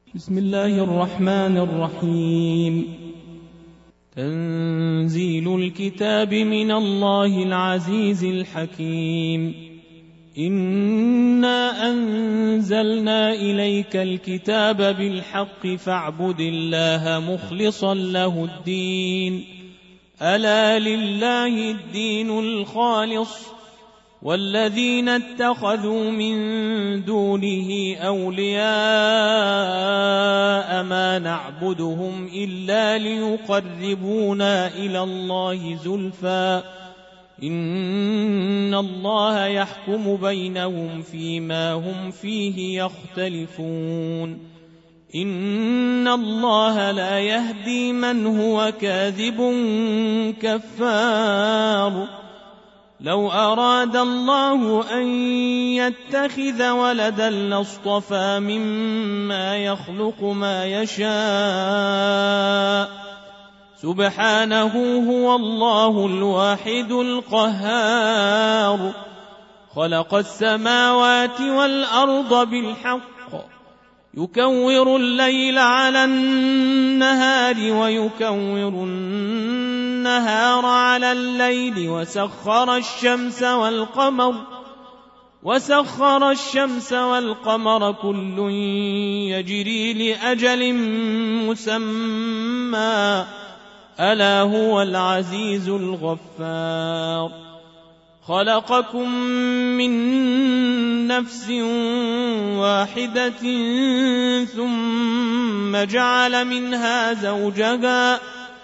بسم الله الرحمن الرحيم. تنزيل الكتاب من الله العزيز الحكيم. إنا أنزلنا إليك الكتاب بالحق فاعبد الله مخلصا له الدين. ألا لله الدين الخالص والذين اتخذوا من دونه أولياء ما نعبدهم إلا ليقربونا إلى الله زلفى إن الله يحكم بينهم فيما هم فيه يختلفون. إن الله لا يهدي من هو كاذب كفار. لو أراد الله أن يتخذ ولدا لاصطفى مما يخلق ما يشاء سبحانه هو الله الواحد القهار. خلق السماوات والأرض بالحق يكور الليل على النهار ويكور النهار على الليل وسخر الشمس والقمر كل يجري لأجل مسمى ألا هو العزيز الغفار. خلقكم من نفس واحدة ثم جعل منها زوجها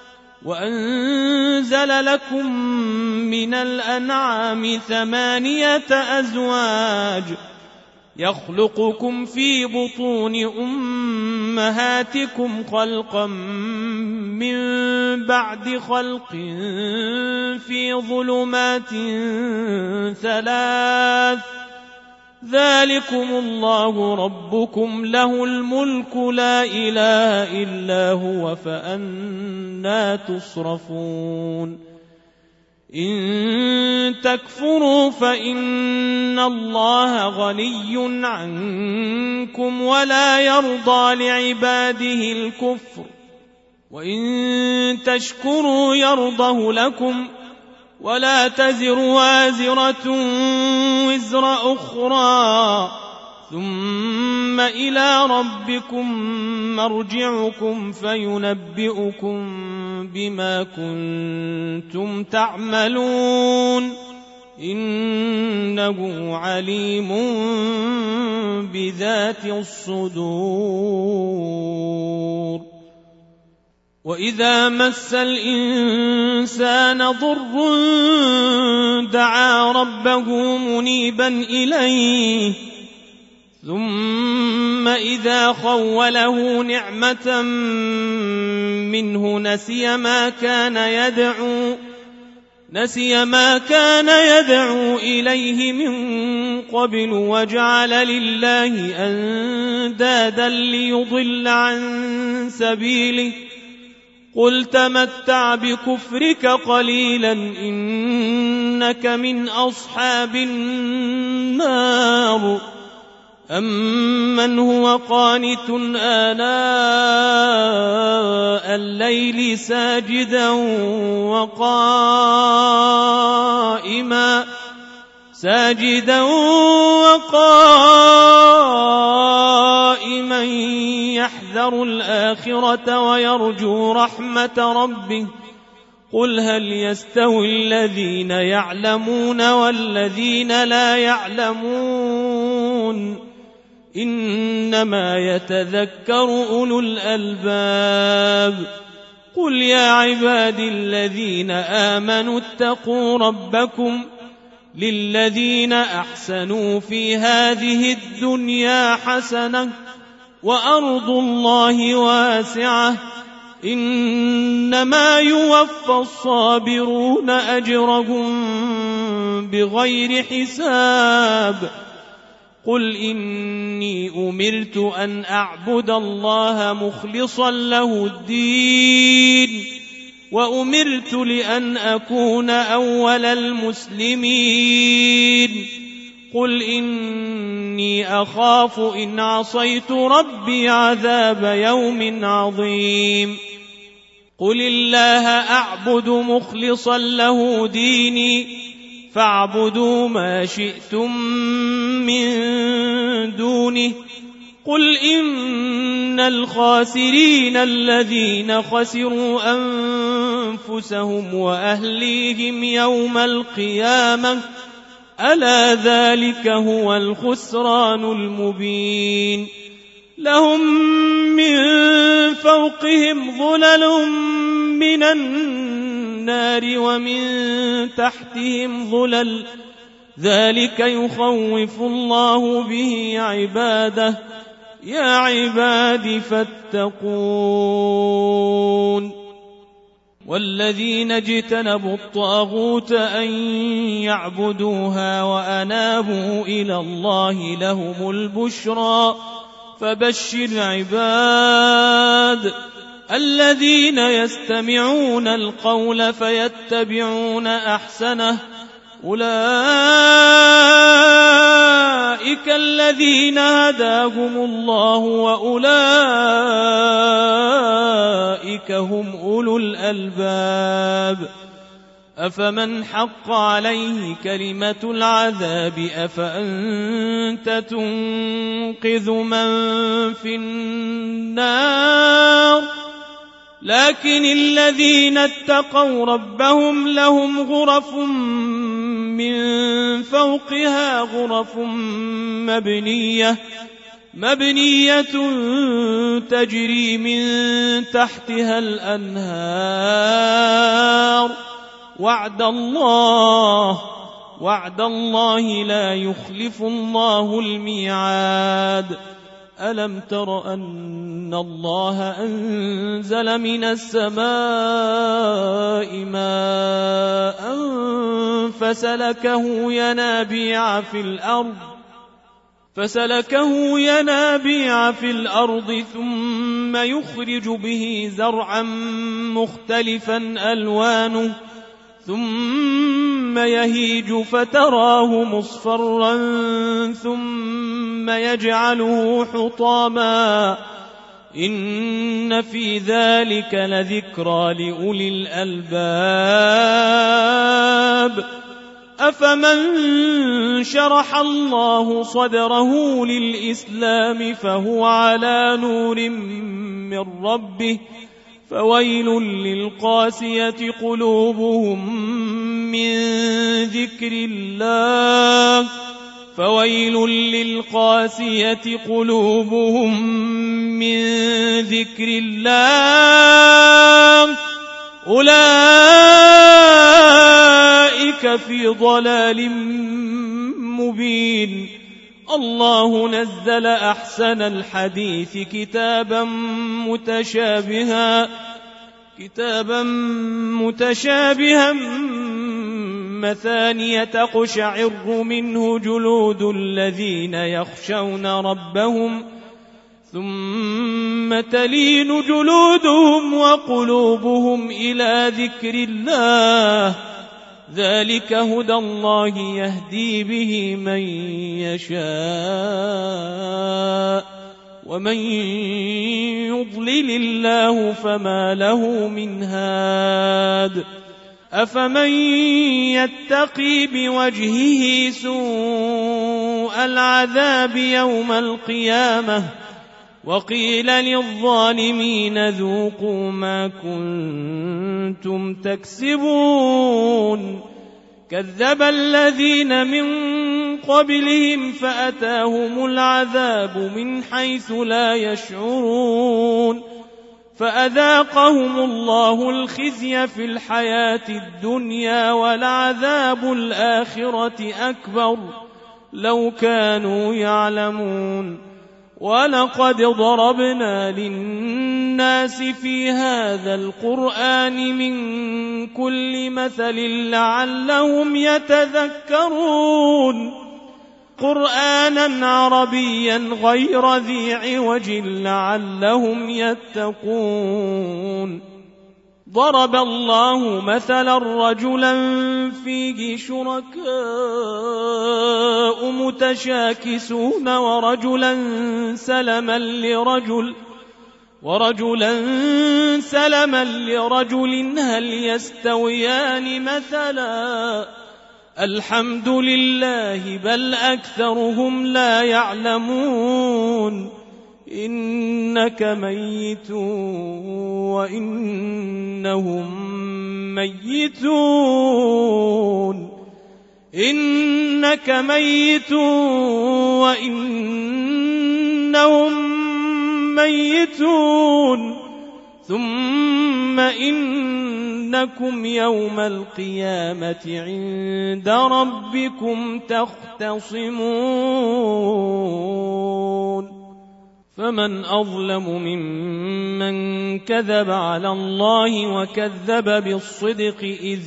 وأنزل لكم من الأنعام 8 أزواج يخلقكم في بطون أمهاتكم خلقا من بعد خلق في ظلمات 3 ذلكم الله ربكم له الملك لا إله إلا هو فأنى تصرفون. إن تكفروا فإن الله غني عنكم ولا يرضى لعباده الكفر وإن تشكروا يرضه لكم ولا تزر وازرة وزر أخرى ثم إلى ربكم مرجعكم فينبئكم بما كنتم تعملون إنه عليم بذات الصدور. وإذا مس الإنسان ضر دعا ربه منيبا إليه ثم إذا خوله نعمة منه نسي ما كان يدعو إليه من قبل وجعل لله أندادا ليضل عن سبيله قل تمتع بكفرك قليلا إنك من أصحاب النار. أمن هو قانت آناء الليل ساجدا وقائما يحذر الآخرة ويرجو رحمة ربه قل هل يستوي الذين يعلمون والذين لا يعلمون إنما يتذكر أولو الألباب. قل يا عبادي الذين آمنوا اتقوا ربكم للذين أحسنوا في هذه الدنيا حسنة وأرض الله واسعة إنما يوفى الصابرون أجرهم بغير حساب. قل إني أمرت أن أعبد الله مخلصا له الدين وأمرت لأن أكون أول المسلمين. قل إني أخاف إن عصيت ربي عذاب يوم عظيم قل الله أعبد مخلصا له ديني فاعبدوا ما شئتم من دونه قل إن الخاسرين الذين خسروا أنفسهم وأهليهم يوم القيامة ألا ذلك هو الخسران المبين لهم من فوقهم ظلل من النار ومن تحتهم ظلل ذلك يخوف الله به عباده يا عباد فاتقون والذين اجتنبوا الطاغوت أن يعبدوها وأنابوا إلى الله لهم البشرى فبشر عباد الذين يستمعون القول فيتبعون أحسنه أولئك الذين هداهم الله وأولئك هم أولو الألباب أفمن حق عليه كلمة العذاب أفأنت تنقذ من في النار لكن الذين اتقوا ربهم لهم غرف من فوقها غرف مبنية تجري من تحتها الأنهار وعد الله لا يخلف الله الميعاد ألم تر أن الله أنزل من السماء ماء فسلكه ينابيع في الأرض ثم يخرج به زرعا مختلفا ألوانه ثم يهيج فتراه مصفرا ثم يجعله حطاما إن في ذلك لذكرى لأولي الألباب أفمن شرح الله صدره للإسلام فهو على نور من ربه فويل للقاسية قلوبهم من ذكر الله أولئك في ضلال مبين الله نزل أحسن الحديث كتابا متشابها مثانية تقشعر منه جلود الذين يخشون ربهم ثم تلين جلودهم وقلوبهم إلى ذكر الله ذلك هدى الله يهدي به من يشاء ومن يضلل الله فما له من هاد أفمن يتقي بوجهه سوء العذاب يوم القيامة وقيل للظالمين ذوقوا ما كنتم تكسبون كذب الذين من قبلهم فأتاهم العذاب من حيث لا يشعرون فأذاقهم الله الخزي في الحياة الدنيا ولعذاب الآخرة أكبر لو كانوا يعلمون ولقد ضربنا للناس في هذا القرآن من كل مثل لعلهم يتذكرون قرآنا عربيا غير ذي عوج لعلهم يتقون ضرب الله مثلا رجلا فيه شركاء متشاكسون ورجلا سلما لرجل هل يستويان مثلا الحمد لله بل أكثرهم لا يعلمون إنك ميت وإنهم ميتون إنك ميت وإنهم ميتون ثم إنكم يوم القيامة عند ربكم تختصمون فمن أظلم ممن كذب على الله وكذب بالصدق إذ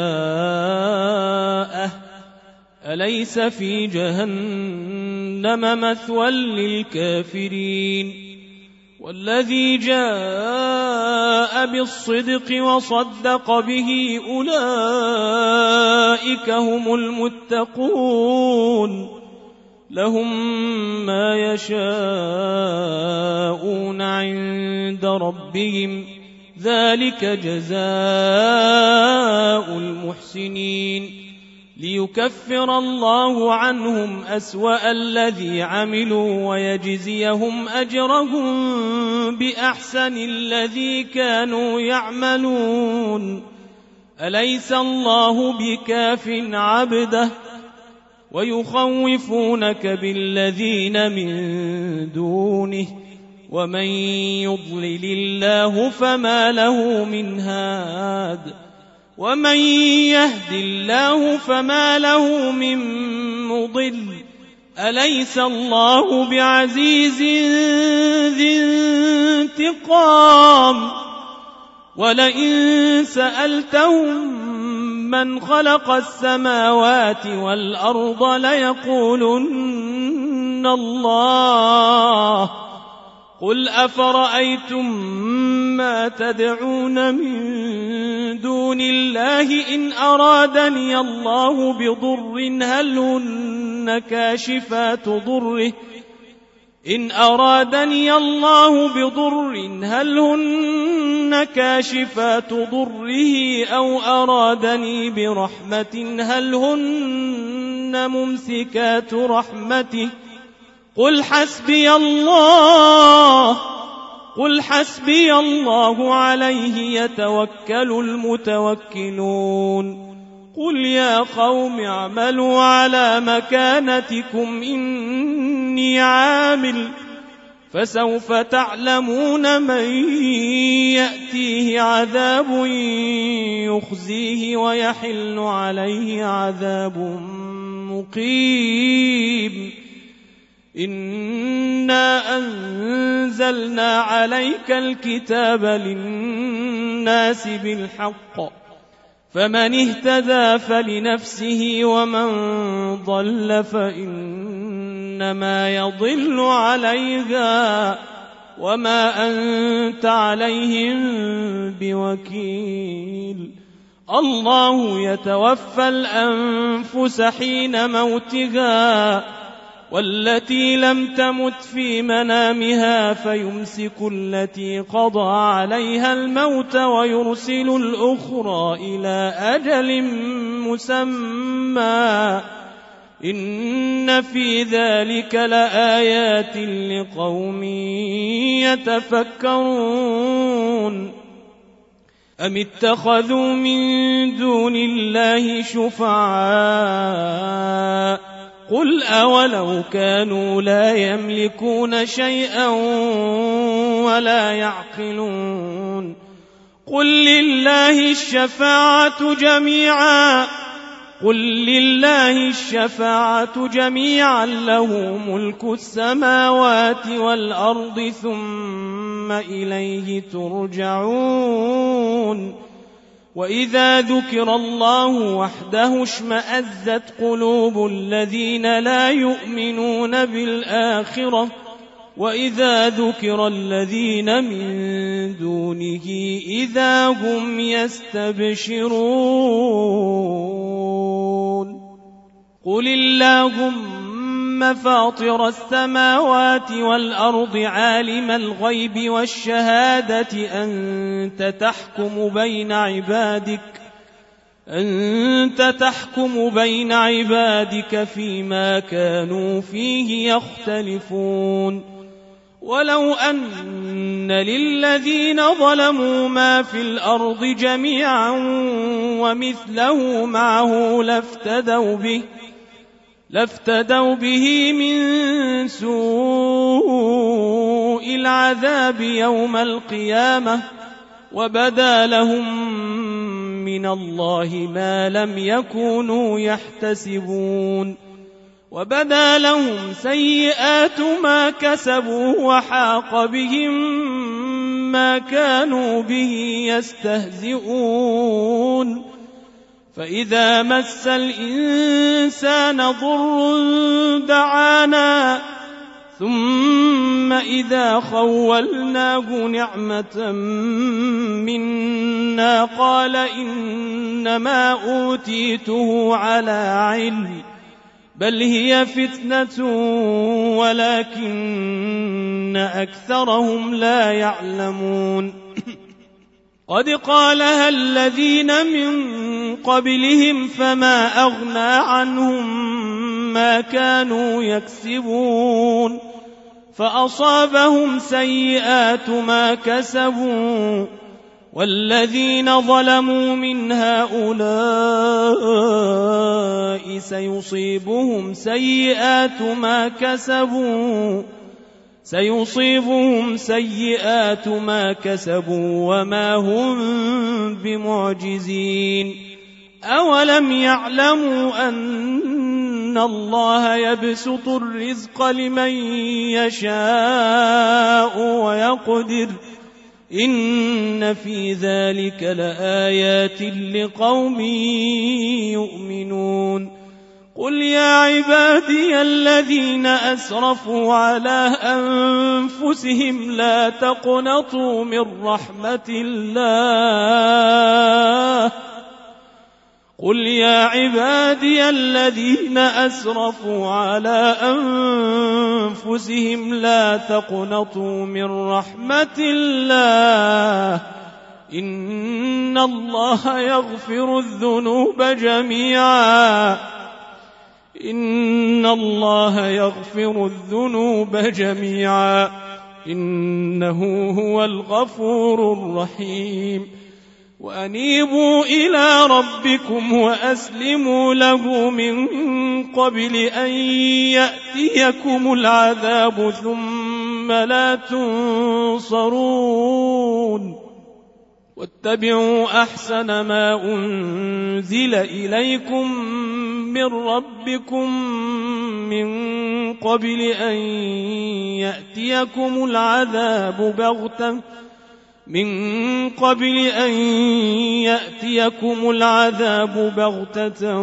جاءه أليس في جهنم مثوى للكافرين والذي جاء بالصدق وصدق به أولئك هم المتقون لهم ما يشاءون عند ربهم ذلك جزاء المحسنين ليكفر الله عنهم أسوأ الذي عملوا ويجزيهم أجرهم بأحسن الذي كانوا يعملون أليس الله بكاف عبده ويخوفونك بالذين من دونه ومن يضلل الله فما له من هاد ومن يهد الله فما له من مضل أليس الله بعزيز ذي انتقام ولئن سألتهم من خلق السماوات والأرض ليقولن الله قل أفرأيتم ما تدعون من دون الله إن أرادني الله بضر هل هن كاشفات ضره إن أرادني الله بضر هل هن كاشفات ضره أو أرادني برحمة هل هن ممسكات رحمته قل حسبي الله عليه يتوكل المتوكلون قل يا قوم اعملوا على مكانتكم إني عامل فسوف تعلمون من يأتيه عذاب يخزيه ويحل عليه عذاب مقيم إنا أنزلنا عليك الكتاب للناس بالحق فمن اهتدى فلنفسه ومن ضل فإنما يضل عليها وما أنت عليهم بوكيل الله يتوفى الأنفس حين موتها والتي لم تمت في منامها فيمسك التي قضى عليها الموت ويرسل الأخرى إلى أجل مسمى إن في ذلك لآيات لقوم يتفكرون أم اتخذوا من دون الله شفعاء قل أولو كانوا لا يملكون شيئا ولا يعقلون قل لله الشفاعة جميعا له ملك السماوات والأرض ثم إليه ترجعون وإذا ذكر الله وحده اشمأزت قلوب الذين لا يؤمنون بالآخرة وإذا ذكر الذين من دونه إذا هم يستبشرون قل اللهم فاطر السماوات والأرض عالم الغيب والشهادة أنت تحكم بين عبادك فيما كانوا فيه يختلفون ولو أن للذين ظلموا ما في الأرض جميعا ومثله معه لافتدوا به من سوء العذاب يوم القيامة وبدا لهم من الله ما لم يكونوا يحتسبون وبدا لهم سيئات ما كسبوا وحاق بهم ما كانوا به يستهزئون فإذا مس الإنسان ضر دعانا ثم إذا خولناه نعمة منا قال إنما أوتيته على علم بل هي فتنة ولكن أكثرهم لا يعلمون قد قالها الذين من قبلهم فما أغنى عنهم ما كانوا يكسبون فأصابهم سيئات ما كسبوا والذين ظلموا من هؤلاء سيصيبهم سيئات ما كسبوا وما هم بمعجزين أولم يعلموا أن الله يبسط الرزق لمن يشاء ويقدر إن في ذلك لآيات لقوم يؤمنون قل يا عبادي الذين أسرفوا على أنفسهم لا تقنطوا من رحمة الله قل يا عبادي الذين أسرفوا على أنفسهم لا تقنطوا من رحمة الله إن الله يغفر الذنوب جميعا إنه هو الغفور الرحيم وأنيبوا إلى ربكم وأسلموا له من قبل أن يأتيكم العذاب ثم لا تنصرون واتبعوا أحسن ما أنزل إليكم من ربكم من قبل أن يأتيكم العذاب بغتة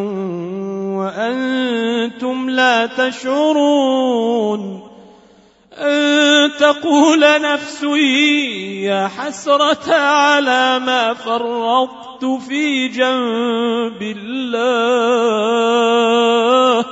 وأنتم لا تشعرون أن تقول نفس يا حسرة على ما فرطت في جنب الله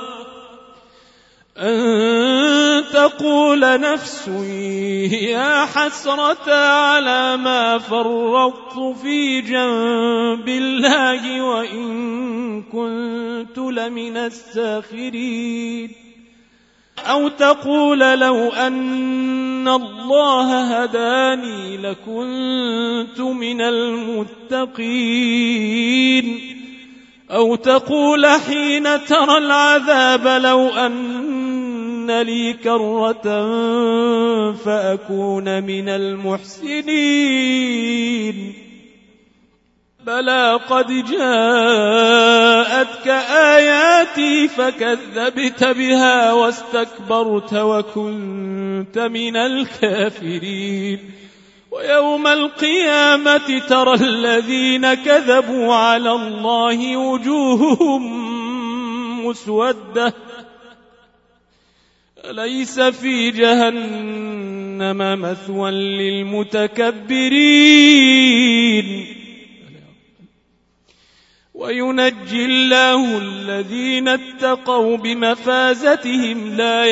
أن تقول نفس يا حسرة على ما فرطت في جنب الله وإن كنت لمن الساخرين أو تقول لو أن الله هداني لكنت من المتقين أو تقول حين ترى العذاب لو أن لي كرة فأكون من المحسنين بلى قد جاءتك آياتي فكذبت بها واستكبرت وكنت من الكافرين ويوم القيامة ترى الذين كذبوا على الله وجوههم مسودة أليس في جهنم مثوى للمتكبرين وينجي الله الذين اتقوا بمفازتهم لا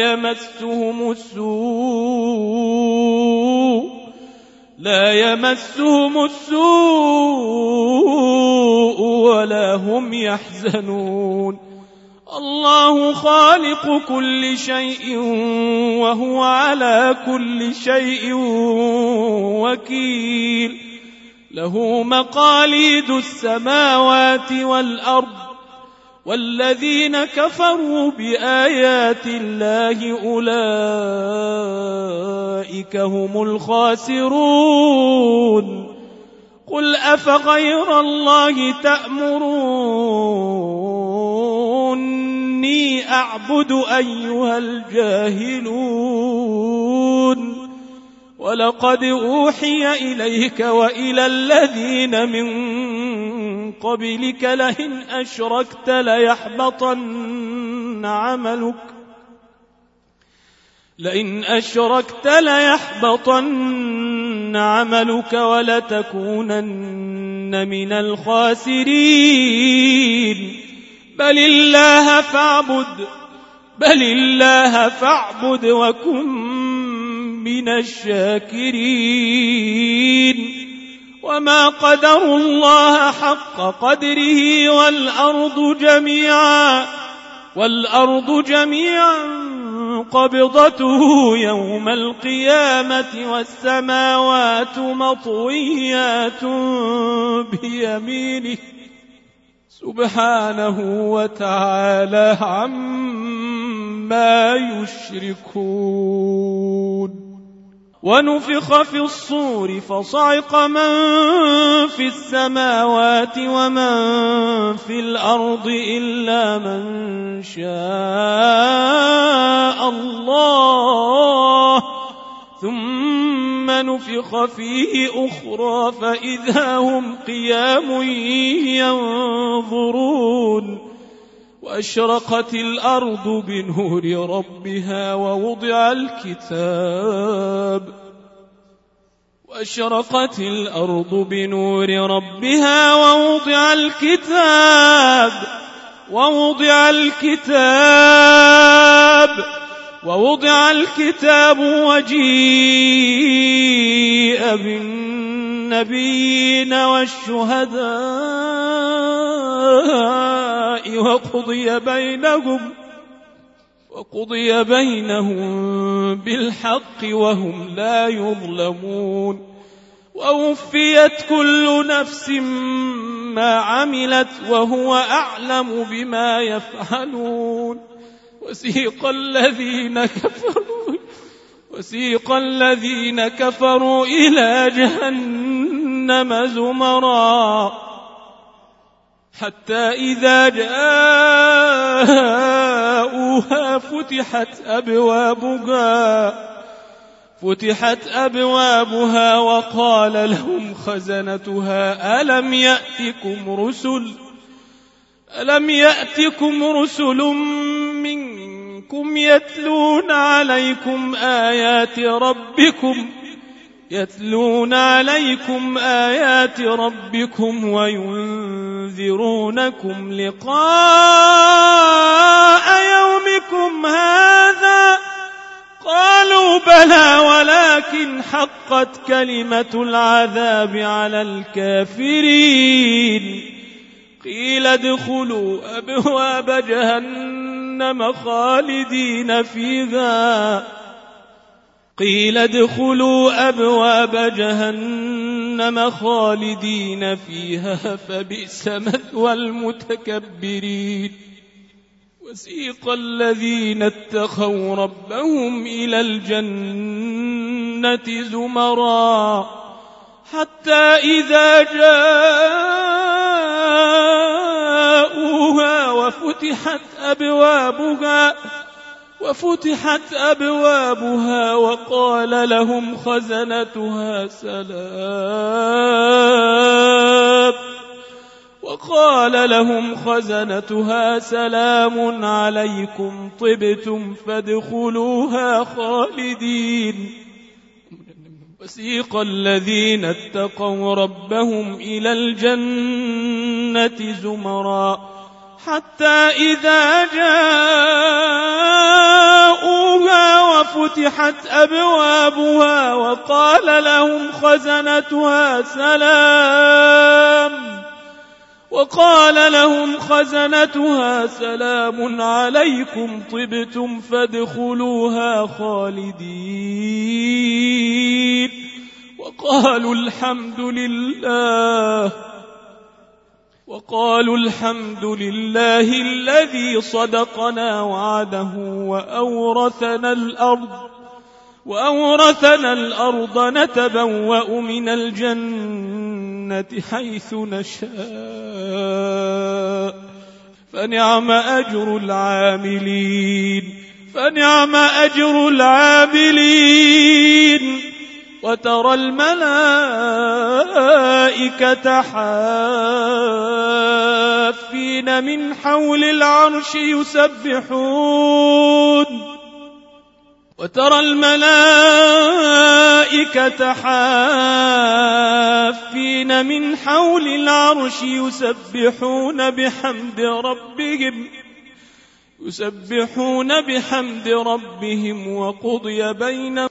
يمسهم السوء ولا هم يحزنون الله خالق كل شيء وهو على كل شيء وكيل له مقاليد السماوات والأرض والذين كفروا بآيات الله أولئك هم الخاسرون قل أفغير الله تأمروني أعبد أيها الجاهلون ولقد أوحي إليك وإلى الذين من قبلك لئن أشركت ليحبطن عملك ولتكونن من الخاسرين بل الله فاعبد وكن من الشاكرين وما قدروا الله حق قدره والأرض جميعا قبضته يوم القيامة والسماوات مطويات بيمينه سبحانه وتعالى عما يشركون ونفخ في الصور فصعق من في السماوات ومن في الأرض إلا من شاء الله ثم نفخ فيه أخرى فإذا هم قيام ينظرون وأشرقت الأرض بنور ربها ووضع الكتاب وجيء بالنبيين والشهداء وقضي بينهم بالحق وهم لا يظلمون ووفيت كل نفس ما عملت وهو أعلم بما يفعلون وسيق الذين كفروا إلى جهنم زمرا حتى إذا جاءوها فتحت أبوابها وقال لهم خزنتها ألم يأتكم رسل منكم يتلون عليكم آيات ربكم وينذرونكم لقاء يومكم هذا قالوا بلى ولكن حقت كلمة العذاب على الكافرين قيل ادخلوا أبواب جهنم خالدين فيها فبئس مثوى المتكبرين وسيق الذين اتقوا ربهم إلى الجنة زمرا حتى إذا جاءوها وفتحت أبوابها وقال لهم خزنتها وقال لهم خزنتها سلام عليكم طبتم فادخلوها خالدين. وسيق الذين اتقوا ربهم إلى الجنة زمرا حتى إذا جاءوها وفتحت أبوابها وقال لهم خزنتها سلام عليكم طبتم فادخلوها خالدين. وقالوا الحمد لله الذي صدقنا وعده وأورثنا الأرض نتبوأ من الجنة حيث نشاء فنعم أجر العاملين. وترى الملائكة حافين من حول العرش يسبحون بحمد ربهم وقضي بينهم